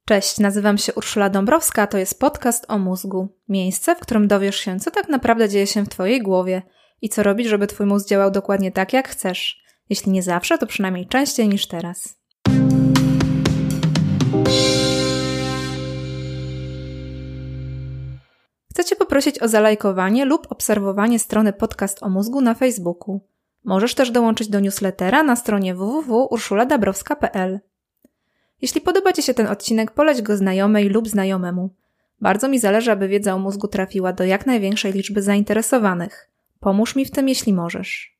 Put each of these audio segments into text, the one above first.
Cześć, nazywam się Urszula Dąbrowska, a to jest podcast o mózgu. Miejsce, w którym dowiesz się, co tak naprawdę dzieje się w Twojej głowie i co robić, żeby Twój mózg działał dokładnie tak, jak chcesz. Jeśli nie zawsze, to przynajmniej częściej niż teraz. Chcę Cię poprosić o zalajkowanie lub obserwowanie strony Podcast o mózgu na Facebooku. Możesz też dołączyć do newslettera na stronie www.urszuladabrowska.pl. Jeśli podoba Ci się ten odcinek, poleć go znajomej lub znajomemu. Bardzo mi zależy, aby wiedza o mózgu trafiła do jak największej liczby zainteresowanych. Pomóż mi w tym, jeśli możesz.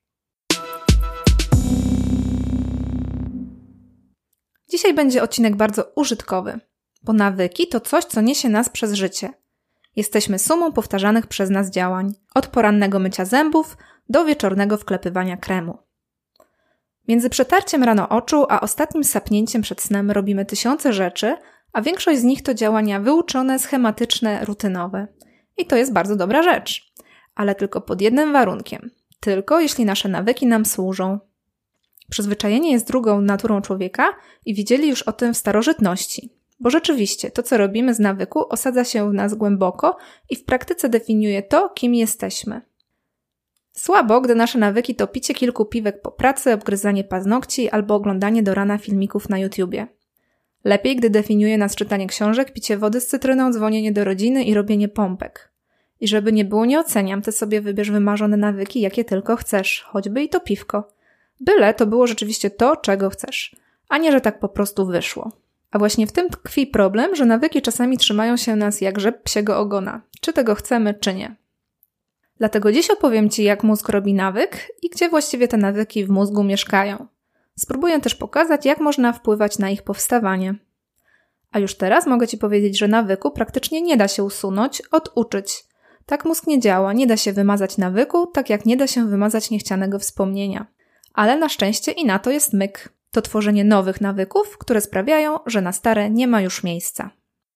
Dzisiaj będzie odcinek bardzo użytkowy, bo nawyki to coś, co niesie nas przez życie. Jesteśmy sumą powtarzanych przez nas działań, od porannego mycia zębów do wieczornego wklepywania kremu. Między przetarciem rano oczu a ostatnim sapnięciem przed snem robimy tysiące rzeczy, a większość z nich to działania wyuczone, schematyczne, rutynowe. I to jest bardzo dobra rzecz, ale tylko pod jednym warunkiem. Tylko jeśli nasze nawyki nam służą. Przyzwyczajenie jest drugą naturą człowieka i widzieli już o tym w starożytności. Bo rzeczywiście to, co robimy z nawyku, osadza się w nas głęboko i w praktyce definiuje to, kim jesteśmy. Słabo, gdy nasze nawyki to picie kilku piwek po pracy, obgryzanie paznokci albo oglądanie do rana filmików na YouTubie. Lepiej, gdy definiuje nas czytanie książek, picie wody z cytryną, dzwonienie do rodziny i robienie pompek. I żeby nie było, nie oceniam, ty sobie wybierz wymarzone nawyki, jakie tylko chcesz, choćby i to piwko. Byle to było rzeczywiście to, czego chcesz, a nie, że tak po prostu wyszło. A właśnie w tym tkwi problem, że nawyki czasami trzymają się nas jak rzep psiego ogona, czy tego chcemy, czy nie. Dlatego dziś opowiem Ci, jak mózg robi nawyk i gdzie właściwie te nawyki w mózgu mieszkają. Spróbuję też pokazać, jak można wpływać na ich powstawanie. A już teraz mogę Ci powiedzieć, że nawyku praktycznie nie da się usunąć, oduczyć. Tak mózg nie działa, nie da się wymazać nawyku, tak jak nie da się wymazać niechcianego wspomnienia. Ale na szczęście i na to jest myk. To tworzenie nowych nawyków, które sprawiają, że na stare nie ma już miejsca.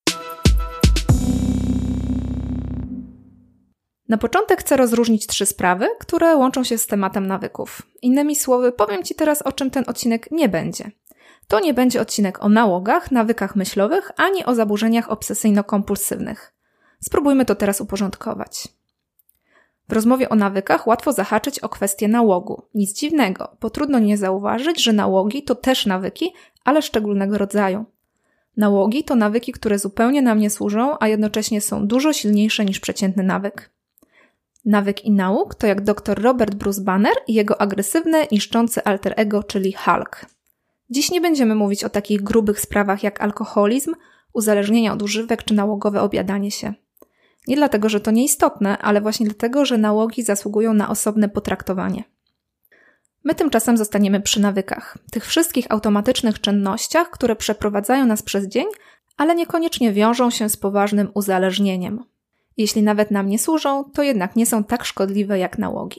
Na początek chcę rozróżnić 3 sprawy, które łączą się z tematem nawyków. Innymi słowy, powiem Ci teraz, o czym ten odcinek nie będzie. To nie będzie odcinek o nałogach, nawykach myślowych, ani o zaburzeniach obsesyjno-kompulsywnych. Spróbujmy to teraz uporządkować. W rozmowie o nawykach łatwo zahaczyć o kwestię nałogu. Nic dziwnego, bo trudno nie zauważyć, że nałogi to też nawyki, ale szczególnego rodzaju. Nałogi to nawyki, które zupełnie nam nie służą, a jednocześnie są dużo silniejsze niż przeciętny nawyk. Nawyk i nałóg to jak dr Robert Bruce Banner i jego agresywne, niszczące alter ego, czyli Hulk. Dziś nie będziemy mówić o takich grubych sprawach jak alkoholizm, uzależnienia od używek czy nałogowe objadanie się. Nie dlatego, że to nieistotne, ale właśnie dlatego, że nałogi zasługują na osobne potraktowanie. My tymczasem zostaniemy przy nawykach, tych wszystkich automatycznych czynnościach, które przeprowadzają nas przez dzień, ale niekoniecznie wiążą się z poważnym uzależnieniem. Jeśli nawet nam nie służą, to jednak nie są tak szkodliwe jak nałogi.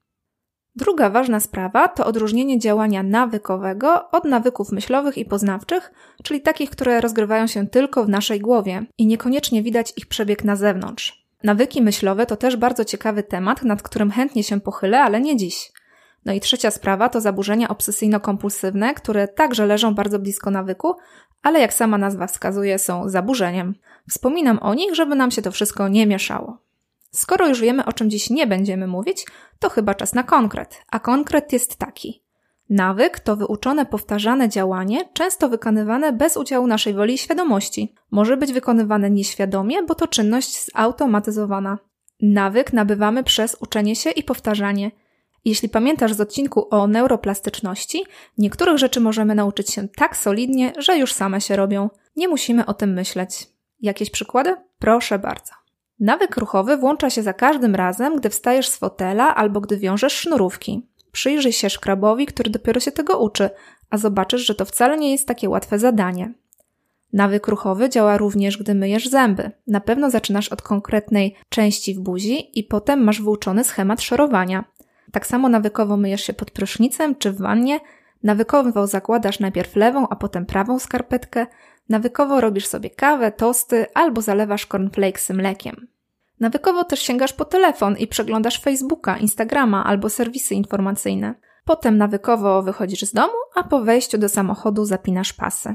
Druga ważna sprawa to odróżnienie działania nawykowego od nawyków myślowych i poznawczych, czyli takich, które rozgrywają się tylko w naszej głowie i niekoniecznie widać ich przebieg na zewnątrz. Nawyki myślowe to też bardzo ciekawy temat, nad którym chętnie się pochylę, ale nie dziś. No i trzecia sprawa to zaburzenia obsesyjno-kompulsywne, które także leżą bardzo blisko nawyku, ale jak sama nazwa wskazuje, są zaburzeniem. Wspominam o nich, żeby nam się to wszystko nie mieszało. Skoro już wiemy, o czym dziś nie będziemy mówić, to chyba czas na konkret. A konkret jest taki. Nawyk to wyuczone, powtarzane działanie, często wykonywane bez udziału naszej woli i świadomości. Może być wykonywane nieświadomie, bo to czynność zautomatyzowana. Nawyk nabywamy przez uczenie się i powtarzanie. Jeśli pamiętasz z odcinku o neuroplastyczności, niektórych rzeczy możemy nauczyć się tak solidnie, że już same się robią. Nie musimy o tym myśleć. Jakieś przykłady? Proszę bardzo. Nawyk ruchowy włącza się za każdym razem, gdy wstajesz z fotela albo gdy wiążesz sznurówki. Przyjrzyj się szkrabowi, który dopiero się tego uczy, a zobaczysz, że to wcale nie jest takie łatwe zadanie. Nawyk ruchowy działa również, gdy myjesz zęby. Na pewno zaczynasz od konkretnej części w buzi i potem masz wyuczony schemat szorowania. Tak samo nawykowo myjesz się pod prysznicem czy w wannie, nawykowo zakładasz najpierw lewą, a potem prawą skarpetkę, nawykowo robisz sobie kawę, tosty albo zalewasz cornflakesy mlekiem. Nawykowo też sięgasz po telefon i przeglądasz Facebooka, Instagrama albo serwisy informacyjne. Potem nawykowo wychodzisz z domu, a po wejściu do samochodu zapinasz pasy.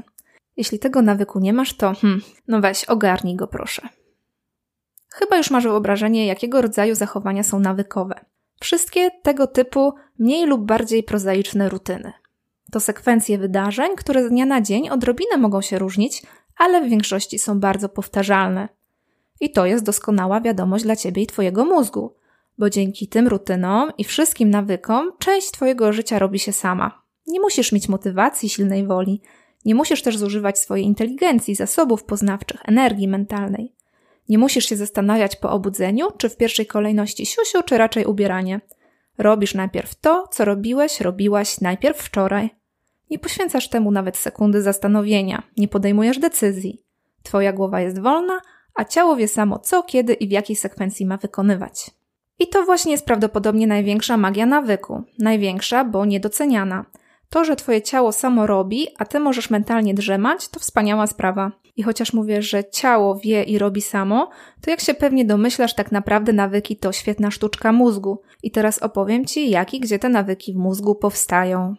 Jeśli tego nawyku nie masz, to no weź, ogarnij go proszę. Chyba już masz wyobrażenie, jakiego rodzaju zachowania są nawykowe. Wszystkie tego typu mniej lub bardziej prozaiczne rutyny. To sekwencje wydarzeń, które z dnia na dzień odrobinę mogą się różnić, ale w większości są bardzo powtarzalne. I to jest doskonała wiadomość dla Ciebie i Twojego mózgu, bo dzięki tym rutynom i wszystkim nawykom część Twojego życia robi się sama. Nie musisz mieć motywacji, silnej woli. Nie musisz też zużywać swojej inteligencji, zasobów poznawczych, energii mentalnej. Nie musisz się zastanawiać po obudzeniu, czy w pierwszej kolejności siusiu, czy raczej ubieranie. Robisz najpierw to, co robiłaś najpierw wczoraj. Nie poświęcasz temu nawet sekundy zastanowienia, nie podejmujesz decyzji. Twoja głowa jest wolna, a ciało wie samo co, kiedy i w jakiej sekwencji ma wykonywać. I to właśnie jest prawdopodobnie największa magia nawyku. Największa, bo niedoceniana. To, że Twoje ciało samo robi, a Ty możesz mentalnie drzemać, to wspaniała sprawa. I chociaż mówię, że ciało wie i robi samo, to jak się pewnie domyślasz, tak naprawdę nawyki to świetna sztuczka mózgu. I teraz opowiem Ci, jak i gdzie te nawyki w mózgu powstają.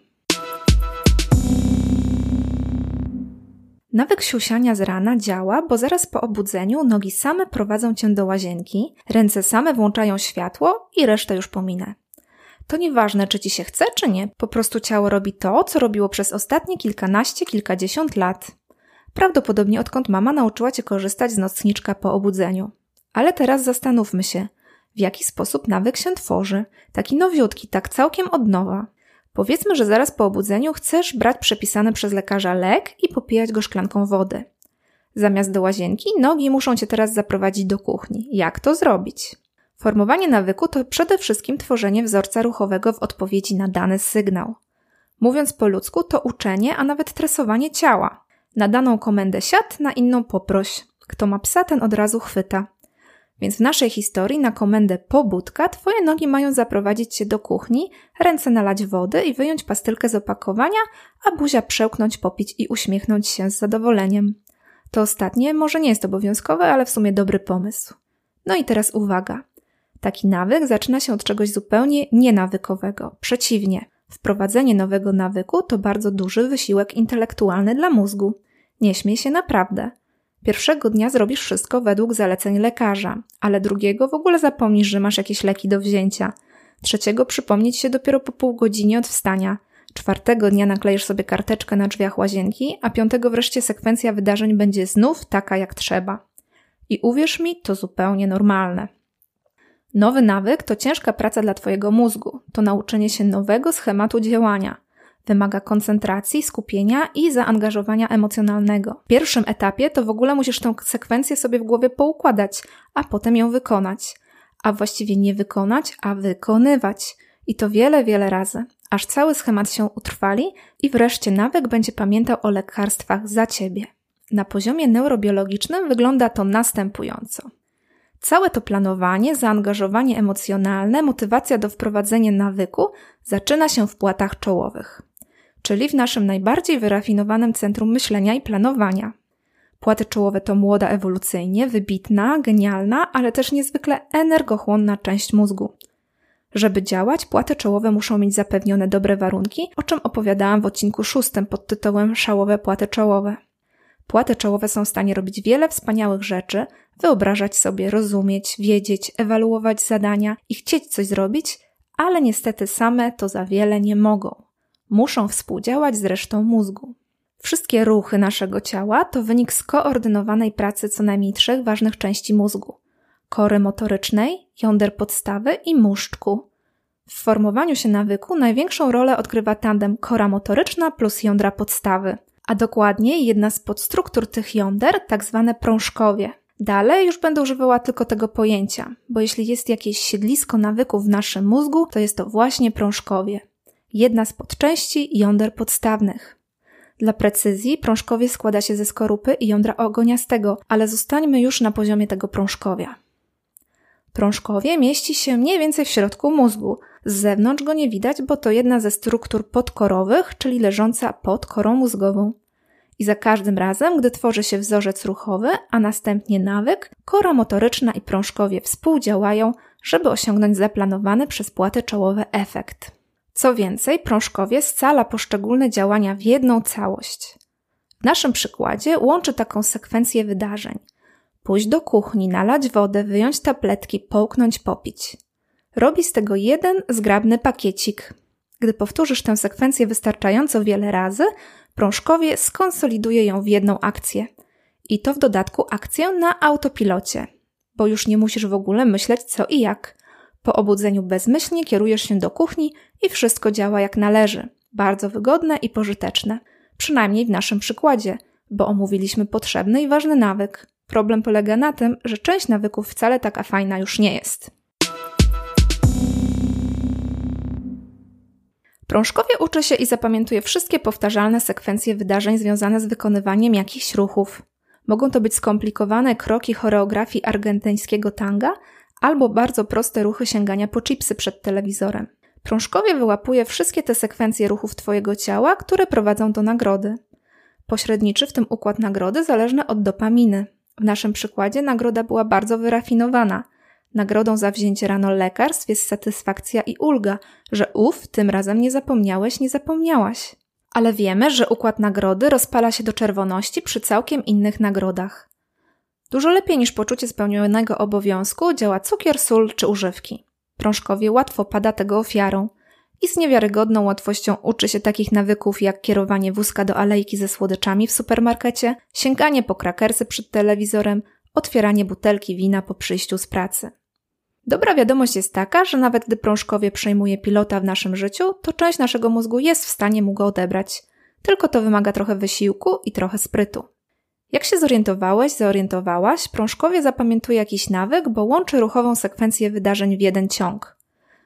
Nawyk siusiania z rana działa, bo zaraz po obudzeniu nogi same prowadzą Cię do łazienki, ręce same włączają światło i resztę już pominę. To nieważne, czy Ci się chce, czy nie. Po prostu ciało robi to, co robiło przez ostatnie kilkadziesiąt lat. Prawdopodobnie odkąd mama nauczyła Cię korzystać z nocniczka po obudzeniu. Ale teraz zastanówmy się, w jaki sposób nawyk się tworzy. Taki nowiutki, tak całkiem od nowa. Powiedzmy, że zaraz po obudzeniu chcesz brać przepisany przez lekarza lek i popijać go szklanką wody. Zamiast do łazienki, nogi muszą Cię teraz zaprowadzić do kuchni. Jak to zrobić? Formowanie nawyku to przede wszystkim tworzenie wzorca ruchowego w odpowiedzi na dany sygnał. Mówiąc po ludzku, to uczenie, a nawet tresowanie ciała. Na daną komendę siad, na inną poproś. Kto ma psa, ten od razu chwyta. Więc w naszej historii na komendę pobudka Twoje nogi mają zaprowadzić Cię do kuchni, ręce nalać wody i wyjąć pastylkę z opakowania, a buzia przełknąć, popić i uśmiechnąć się z zadowoleniem. To ostatnie może nie jest obowiązkowe, ale w sumie dobry pomysł. No i teraz uwaga. Taki nawyk zaczyna się od czegoś zupełnie nienawykowego. Przeciwnie, wprowadzenie nowego nawyku to bardzo duży wysiłek intelektualny dla mózgu. Nie śmiej się naprawdę. Pierwszego dnia zrobisz wszystko według zaleceń lekarza, ale drugiego w ogóle zapomnisz, że masz jakieś leki do wzięcia. Trzeciego przypomnieć się dopiero po pół godziny od wstania. Czwartego dnia naklejesz sobie karteczkę na drzwiach łazienki, a piątego wreszcie sekwencja wydarzeń będzie znów taka jak trzeba. I uwierz mi, to zupełnie normalne. Nowy nawyk to ciężka praca dla Twojego mózgu. To nauczenie się nowego schematu działania. Wymaga koncentracji, skupienia i zaangażowania emocjonalnego. W pierwszym etapie to w ogóle musisz tę sekwencję sobie w głowie poukładać, a potem ją wykonać. A właściwie nie wykonać, a wykonywać. I to wiele, wiele razy. Aż cały schemat się utrwali i wreszcie nawyk będzie pamiętał o lekarstwach za Ciebie. Na poziomie neurobiologicznym wygląda to następująco. Całe to planowanie, zaangażowanie emocjonalne, motywacja do wprowadzenia nawyku zaczyna się w płatach czołowych, czyli w naszym najbardziej wyrafinowanym centrum myślenia i planowania. Płaty czołowe to młoda ewolucyjnie, wybitna, genialna, ale też niezwykle energochłonna część mózgu. Żeby działać, płaty czołowe muszą mieć zapewnione dobre warunki, o czym opowiadałam w odcinku 6 pod tytułem Szałowe płaty czołowe. Płaty czołowe są w stanie robić wiele wspaniałych rzeczy, wyobrażać sobie, rozumieć, wiedzieć, ewaluować zadania i chcieć coś zrobić, ale niestety same to za wiele nie mogą. Muszą współdziałać z resztą mózgu. Wszystkie ruchy naszego ciała to wynik skoordynowanej pracy co najmniej 3 ważnych części mózgu. Kory motorycznej, jąder podstawy i muszczku. W formowaniu się nawyku największą rolę odgrywa tandem kora motoryczna plus jądra podstawy, a dokładniej jedna z podstruktur tych jąder, tak zwane prążkowie. Dalej już będę używała tylko tego pojęcia, bo jeśli jest jakieś siedlisko nawyków w naszym mózgu, to jest to właśnie prążkowie. Jedna z podczęści jąder podstawnych. Dla precyzji prążkowie składa się ze skorupy i jądra ogoniastego, ale zostańmy już na poziomie tego prążkowia. Prążkowie mieści się mniej więcej w środku mózgu. Z zewnątrz go nie widać, bo to jedna ze struktur podkorowych, czyli leżąca pod korą mózgową. I za każdym razem, gdy tworzy się wzorzec ruchowy, a następnie nawyk, kora motoryczna i prążkowie współdziałają, żeby osiągnąć zaplanowany przez płaty czołowe efekt. Co więcej, prążkowie scala poszczególne działania w jedną całość. W naszym przykładzie łączy taką sekwencję wydarzeń. Pójść do kuchni, nalać wodę, wyjąć tabletki, połknąć, popić. Robi z tego jeden zgrabny pakiecik. Gdy powtórzysz tę sekwencję wystarczająco wiele razy, prążkowie skonsoliduje ją w jedną akcję. I to w dodatku akcję na autopilocie, bo już nie musisz w ogóle myśleć co i jak. Po obudzeniu bezmyślnie kierujesz się do kuchni i wszystko działa jak należy. Bardzo wygodne i pożyteczne. Przynajmniej w naszym przykładzie, bo omówiliśmy potrzebny i ważny nawyk. Problem polega na tym, że część nawyków wcale taka fajna już nie jest. Prążkowie uczy się i zapamiętuje wszystkie powtarzalne sekwencje wydarzeń związane z wykonywaniem jakichś ruchów. Mogą to być skomplikowane kroki choreografii argentyńskiego tanga albo bardzo proste ruchy sięgania po chipsy przed telewizorem. Prążkowie wyłapuje wszystkie te sekwencje ruchów Twojego ciała, które prowadzą do nagrody. Pośredniczy w tym układ nagrody zależny od dopaminy. W naszym przykładzie nagroda była bardzo wyrafinowana. Nagrodą za wzięcie rano lekarstw jest satysfakcja i ulga, że tym razem nie zapomniałeś, nie zapomniałaś. Ale wiemy, że układ nagrody rozpala się do czerwoności przy całkiem innych nagrodach. Dużo lepiej niż poczucie spełnionego obowiązku działa cukier, sól czy używki. Prążkowie łatwo pada tego ofiarą i z niewiarygodną łatwością uczy się takich nawyków jak kierowanie wózka do alejki ze słodyczami w supermarkecie, sięganie po krakersy przed telewizorem, otwieranie butelki wina po przyjściu z pracy. Dobra wiadomość jest taka, że nawet gdy prążkowie przejmuje pilota w naszym życiu, to część naszego mózgu jest w stanie mu go odebrać. Tylko to wymaga trochę wysiłku i trochę sprytu. Jak się zorientowałaś, prążkowie zapamiętuje jakiś nawyk, bo łączy ruchową sekwencję wydarzeń w jeden ciąg.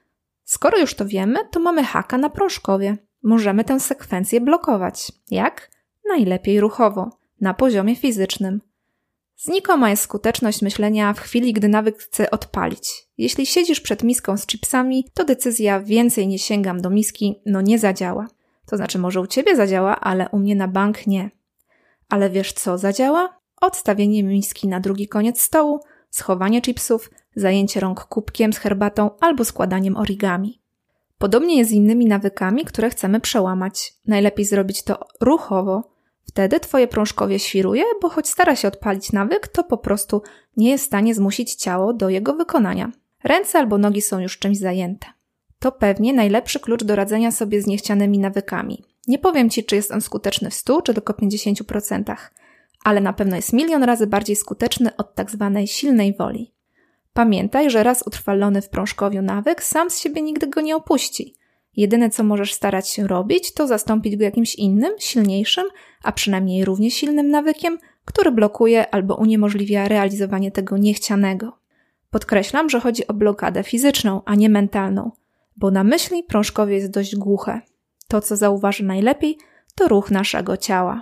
Skoro już to wiemy, to mamy haka na prążkowie. Możemy tę sekwencję blokować. Jak? Najlepiej ruchowo, na poziomie fizycznym. Znikoma jest skuteczność myślenia w chwili, gdy nawyk chce odpalić. Jeśli siedzisz przed miską z chipsami, to decyzja więcej nie sięgam do miski, nie zadziała. To znaczy może u Ciebie zadziała, ale u mnie na bank nie. Ale wiesz co zadziała? Odstawienie miski na drugi koniec stołu, schowanie chipsów, zajęcie rąk kubkiem z herbatą albo składaniem origami. Podobnie jest z innymi nawykami, które chcemy przełamać. Najlepiej zrobić to ruchowo. Wtedy Twoje prążkowie świruje, bo choć stara się odpalić nawyk, to po prostu nie jest w stanie zmusić ciało do jego wykonania. Ręce albo nogi są już czymś zajęte. To pewnie najlepszy klucz do radzenia sobie z niechcianymi nawykami. Nie powiem Ci, czy jest on skuteczny w 100 czy tylko 50%, ale na pewno jest 1 000 000 razy bardziej skuteczny od tak zwanej silnej woli. Pamiętaj, że raz utrwalony w prążkowiu nawyk sam z siebie nigdy go nie opuści. Jedyne, co możesz starać się robić, to zastąpić go jakimś innym, silniejszym, a przynajmniej równie silnym nawykiem, który blokuje albo uniemożliwia realizowanie tego niechcianego. Podkreślam, że chodzi o blokadę fizyczną, a nie mentalną, bo na myśli prążkowie jest dość głuche. To, co zauważy najlepiej, to ruch naszego ciała.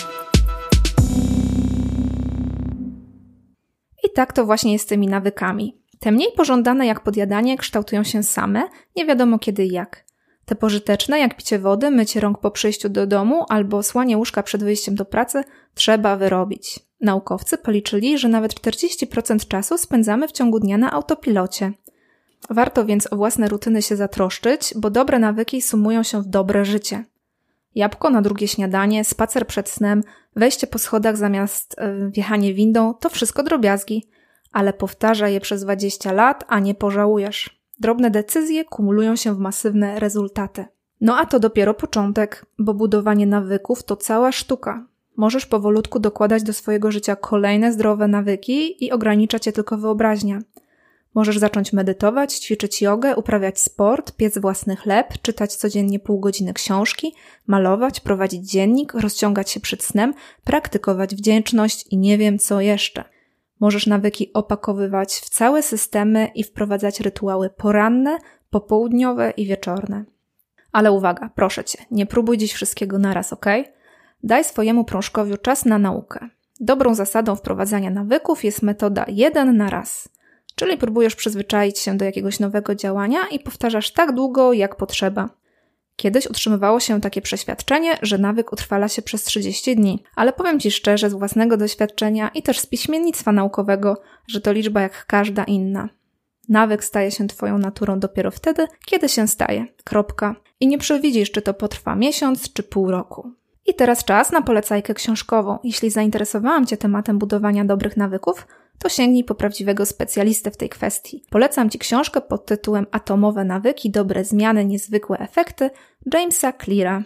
I tak to właśnie jest z tymi nawykami. Te mniej pożądane jak podjadanie kształtują się same, nie wiadomo kiedy i jak. Te pożyteczne jak picie wody, mycie rąk po przyjściu do domu albo słanie łóżka przed wyjściem do pracy trzeba wyrobić. Naukowcy policzyli, że nawet 40% czasu spędzamy w ciągu dnia na autopilocie. Warto więc o własne rutyny się zatroszczyć, bo dobre nawyki sumują się w dobre życie. Jabłko na drugie śniadanie, spacer przed snem, wejście po schodach zamiast wjechanie windą to wszystko drobiazgi, ale powtarzaj je przez 20 lat, a nie pożałujesz. Drobne decyzje kumulują się w masywne rezultaty. A to dopiero początek, bo budowanie nawyków to cała sztuka. Możesz powolutku dokładać do swojego życia kolejne zdrowe nawyki i ogranicza cię tylko wyobraźnia. Możesz zacząć medytować, ćwiczyć jogę, uprawiać sport, piec własny chleb, czytać codziennie pół godziny książki, malować, prowadzić dziennik, rozciągać się przed snem, praktykować wdzięczność i nie wiem co jeszcze. Możesz nawyki opakowywać w całe systemy i wprowadzać rytuały poranne, popołudniowe i wieczorne. Ale uwaga, proszę Cię, nie próbuj dziś wszystkiego naraz, ok? Daj swojemu prążkowiu czas na naukę. Dobrą zasadą wprowadzania nawyków jest metoda 1 na raz. Czyli próbujesz przyzwyczaić się do jakiegoś nowego działania i powtarzasz tak długo, jak potrzeba. Kiedyś utrzymywało się takie przeświadczenie, że nawyk utrwala się przez 30 dni, ale powiem Ci szczerze z własnego doświadczenia i też z piśmiennictwa naukowego, że to liczba jak każda inna. Nawyk staje się Twoją naturą dopiero wtedy, kiedy się staje. Kropka. I nie przewidzisz, czy to potrwa miesiąc, czy pół roku. I teraz czas na polecajkę książkową. Jeśli zainteresowałam Cię tematem budowania dobrych nawyków, to sięgnij po prawdziwego specjalistę w tej kwestii. Polecam Ci książkę pod tytułem Atomowe nawyki, dobre zmiany, niezwykłe efekty Jamesa Cleara.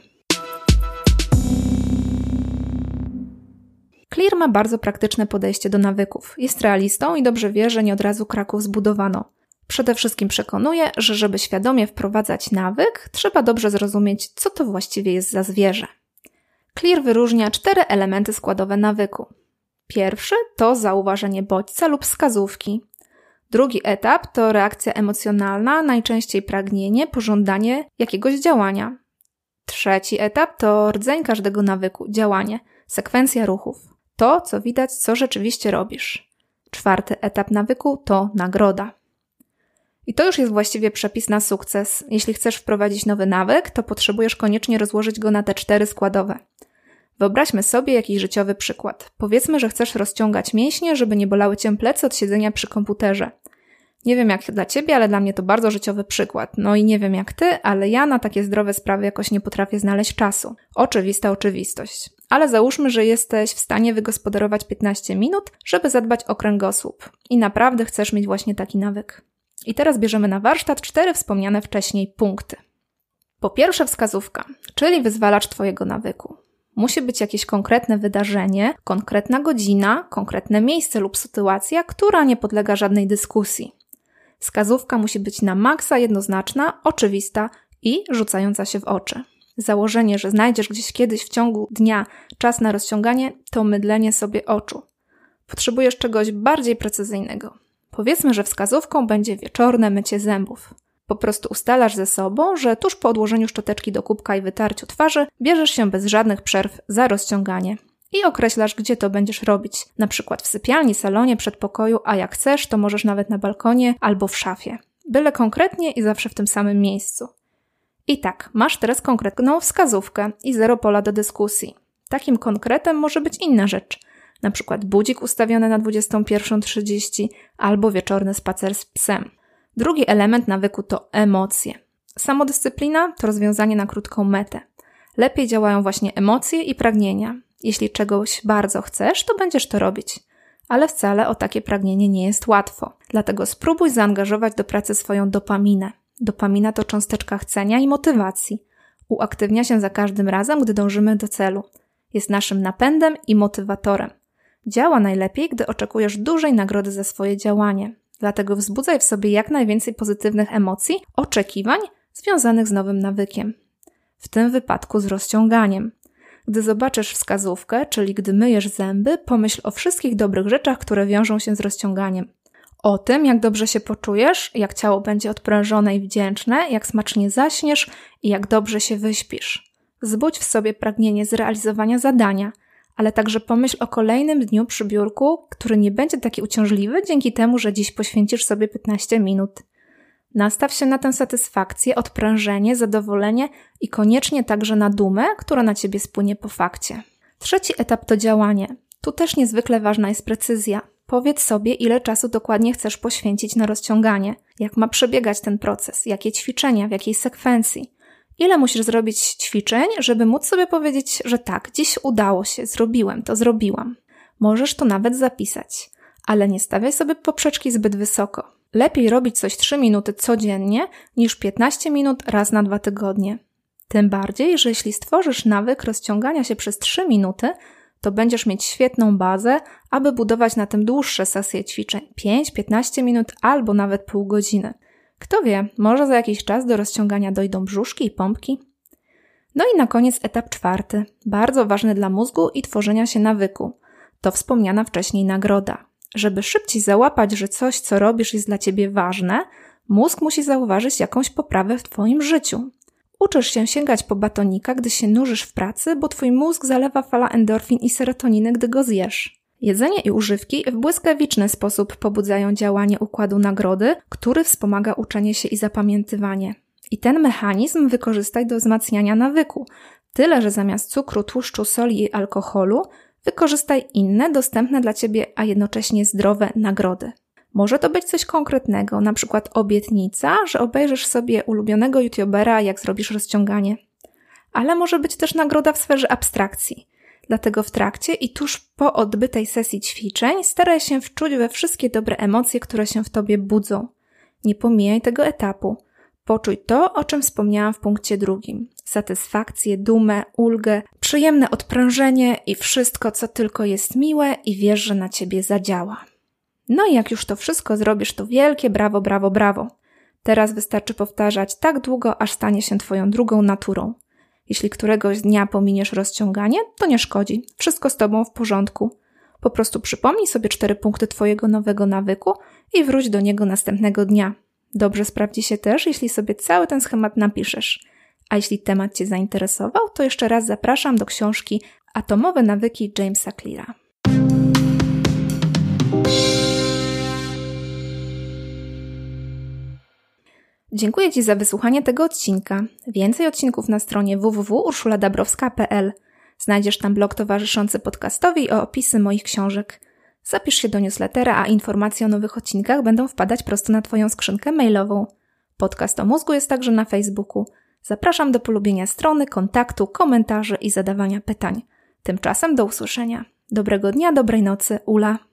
Clear ma bardzo praktyczne podejście do nawyków. Jest realistą i dobrze wie, że nie od razu Kraków zbudowano. Przede wszystkim przekonuje, że żeby świadomie wprowadzać nawyk, trzeba dobrze zrozumieć, co to właściwie jest za zwierzę. Clear wyróżnia 4 elementy składowe nawyku. Pierwszy to zauważenie bodźca lub wskazówki. Drugi etap to reakcja emocjonalna, najczęściej pragnienie, pożądanie jakiegoś działania. Trzeci etap to rdzeń każdego nawyku, działanie, sekwencja ruchów. To, co widać, co rzeczywiście robisz. Czwarty etap nawyku to nagroda. I to już jest właściwie przepis na sukces. Jeśli chcesz wprowadzić nowy nawyk, to potrzebujesz koniecznie rozłożyć go na te 4 składowe. Wyobraźmy sobie jakiś życiowy przykład. Powiedzmy, że chcesz rozciągać mięśnie, żeby nie bolały Cię plecy od siedzenia przy komputerze. Nie wiem jak dla Ciebie, ale dla mnie to bardzo życiowy przykład. No i nie wiem jak Ty, ale ja na takie zdrowe sprawy jakoś nie potrafię znaleźć czasu. Oczywista oczywistość. Ale załóżmy, że jesteś w stanie wygospodarować 15 minut, żeby zadbać o kręgosłup. I naprawdę chcesz mieć właśnie taki nawyk. I teraz bierzemy na warsztat 4 wspomniane wcześniej punkty. Po pierwsze wskazówka, czyli wyzwalacz Twojego nawyku. Musi być jakieś konkretne wydarzenie, konkretna godzina, konkretne miejsce lub sytuacja, która nie podlega żadnej dyskusji. Wskazówka musi być na maksa jednoznaczna, oczywista i rzucająca się w oczy. Założenie, że znajdziesz gdzieś kiedyś w ciągu dnia czas na rozciąganie, to mydlenie sobie oczu. Potrzebujesz czegoś bardziej precyzyjnego. Powiedzmy, że wskazówką będzie wieczorne mycie zębów. Po prostu ustalasz ze sobą, że tuż po odłożeniu szczoteczki do kubka i wytarciu twarzy bierzesz się bez żadnych przerw za rozciąganie. I określasz, gdzie to będziesz robić. Na przykład w sypialni, salonie, przedpokoju, a jak chcesz, to możesz nawet na balkonie albo w szafie. Byle konkretnie i zawsze w tym samym miejscu. I tak, masz teraz konkretną wskazówkę i 0 pola do dyskusji. Takim konkretem może być inna rzecz. Na przykład budzik ustawiony na 21:30 albo wieczorny spacer z psem. Drugi element nawyku to emocje. Samodyscyplina to rozwiązanie na krótką metę. Lepiej działają właśnie emocje i pragnienia. Jeśli czegoś bardzo chcesz, to będziesz to robić. Ale wcale o takie pragnienie nie jest łatwo. Dlatego spróbuj zaangażować do pracy swoją dopaminę. Dopamina to cząsteczka chcenia i motywacji. Uaktywnia się za każdym razem, gdy dążymy do celu. Jest naszym napędem i motywatorem. Działa najlepiej, gdy oczekujesz dużej nagrody za swoje działanie. Dlatego wzbudzaj w sobie jak najwięcej pozytywnych emocji, oczekiwań związanych z nowym nawykiem. W tym wypadku z rozciąganiem. Gdy zobaczysz wskazówkę, czyli gdy myjesz zęby, pomyśl o wszystkich dobrych rzeczach, które wiążą się z rozciąganiem. O tym, jak dobrze się poczujesz, jak ciało będzie odprężone i wdzięczne, jak smacznie zaśniesz i jak dobrze się wyśpisz. Wzbudź w sobie pragnienie zrealizowania zadania, ale także pomyśl o kolejnym dniu przy biurku, który nie będzie taki uciążliwy dzięki temu, że dziś poświęcisz sobie 15 minut. Nastaw się na tę satysfakcję, odprężenie, zadowolenie i koniecznie także na dumę, która na Ciebie spłynie po fakcie. Trzeci etap to działanie. Tu też niezwykle ważna jest precyzja. Powiedz sobie, ile czasu dokładnie chcesz poświęcić na rozciąganie, jak ma przebiegać ten proces, jakie ćwiczenia, w jakiej sekwencji. Ile musisz zrobić ćwiczeń, żeby móc sobie powiedzieć, że tak, dziś udało się, zrobiłem to, zrobiłam. Możesz to nawet zapisać, ale nie stawiaj sobie poprzeczki zbyt wysoko. Lepiej robić coś 3 minuty codziennie niż 15 minut raz na 2 tygodnie. Tym bardziej, że jeśli stworzysz nawyk rozciągania się przez 3 minuty, to będziesz mieć świetną bazę, aby budować na tym dłuższe sesje ćwiczeń 5-15 minut albo nawet pół godziny. Kto wie, może za jakiś czas do rozciągania dojdą brzuszki i pompki. No i na koniec etap 4, bardzo ważny dla mózgu i tworzenia się nawyku. To wspomniana wcześniej nagroda. Żeby szybciej załapać, że coś, co robisz, jest dla Ciebie ważne, mózg musi zauważyć jakąś poprawę w Twoim życiu. Uczysz się sięgać po batonika, gdy się nużysz w pracy, bo Twój mózg zalewa fala endorfin i serotoniny, gdy go zjesz. Jedzenie i używki w błyskawiczny sposób pobudzają działanie układu nagrody, który wspomaga uczenie się i zapamiętywanie. I ten mechanizm wykorzystaj do wzmacniania nawyku. Tyle, że zamiast cukru, tłuszczu, soli i alkoholu wykorzystaj inne, dostępne dla Ciebie, a jednocześnie zdrowe nagrody. Może to być coś konkretnego, na przykład obietnica, że obejrzysz sobie ulubionego youtubera, jak zrobisz rozciąganie. ale może być też nagroda w sferze abstrakcji. Dlatego w trakcie i tuż po odbytej sesji ćwiczeń staraj się wczuć we wszystkie dobre emocje, które się w tobie budzą. Nie pomijaj tego etapu. Poczuj to, o czym wspomniałam w punkcie 2. Satysfakcję, dumę, ulgę, przyjemne odprężenie i wszystko, co tylko jest miłe i wiesz, że na ciebie zadziała. No i jak już to wszystko zrobisz, to wielkie brawo, brawo, brawo. Teraz wystarczy powtarzać tak długo, aż stanie się twoją drugą naturą. Jeśli któregoś dnia pominiesz rozciąganie, to nie szkodzi. Wszystko z tobą w porządku. Po prostu przypomnij sobie 4 punkty twojego nowego nawyku i wróć do niego następnego dnia. Dobrze sprawdzi się też, jeśli sobie cały ten schemat napiszesz. A jeśli temat cię zainteresował, to jeszcze raz zapraszam do książki Atomowe nawyki Jamesa Cleara. Dziękuję Ci za wysłuchanie tego odcinka. Więcej odcinków na stronie www.urszuladabrowska.pl. Znajdziesz tam blog towarzyszący podcastowi i opisy moich książek. Zapisz się do newslettera, a informacje o nowych odcinkach będą wpadać prosto na Twoją skrzynkę mailową. Podcast o mózgu jest także na Facebooku. Zapraszam do polubienia strony, kontaktu, komentarzy i zadawania pytań. Tymczasem do usłyszenia. Dobrego dnia, dobrej nocy, Ula.